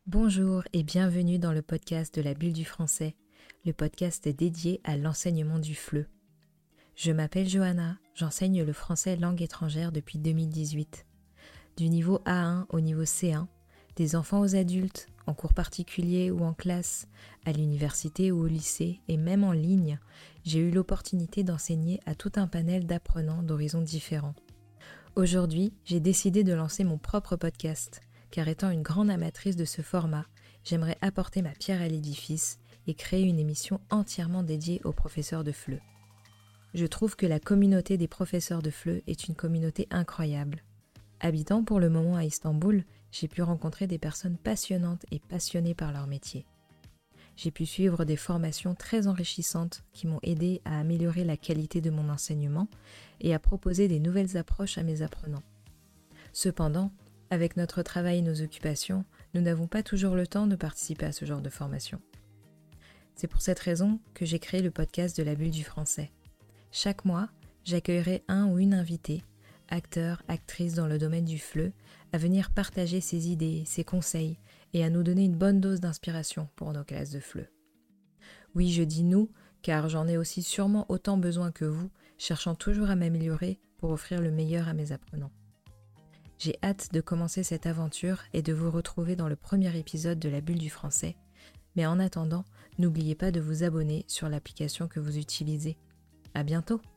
Bonjour et bienvenue dans le podcast de la Bulle du Français, le podcast dédié à l'enseignement du FLE. Je m'appelle Johanna, j'enseigne le français langue étrangère depuis 2018. Du niveau A1 au niveau C1, des enfants aux adultes, en cours particulier ou en classe, à l'université ou au lycée et même en ligne, j'ai eu l'opportunité d'enseigner à tout un panel d'apprenants d'horizons différents. Aujourd'hui, j'ai décidé de lancer mon propre podcast, car étant une grande amatrice de ce format, j'aimerais apporter ma pierre à l'édifice et créer une émission entièrement dédiée aux professeurs de FLE. Je trouve que la communauté des professeurs de FLE est une communauté incroyable. Habitant pour le moment à Istanbul, j'ai pu rencontrer des personnes passionnantes et passionnées par leur métier. J'ai pu suivre des formations très enrichissantes qui m'ont aidé à améliorer la qualité de mon enseignement et à proposer des nouvelles approches à mes apprenants. Cependant, avec notre travail et nos occupations, nous n'avons pas toujours le temps de participer à ce genre de formation. C'est pour cette raison que j'ai créé le podcast de la Bulle du Français. Chaque mois, j'accueillerai un ou une invitée, acteur, actrice dans le domaine du FLE, à venir partager ses idées, ses conseils et à nous donner une bonne dose d'inspiration pour nos classes de FLE. Oui, je dis nous, car j'en ai aussi sûrement autant besoin que vous, cherchant toujours à m'améliorer pour offrir le meilleur à mes apprenants. J'ai hâte de commencer cette aventure et de vous retrouver dans le premier épisode de la Bulle du Français. Mais en attendant, n'oubliez pas de vous abonner sur l'application que vous utilisez. À bientôt!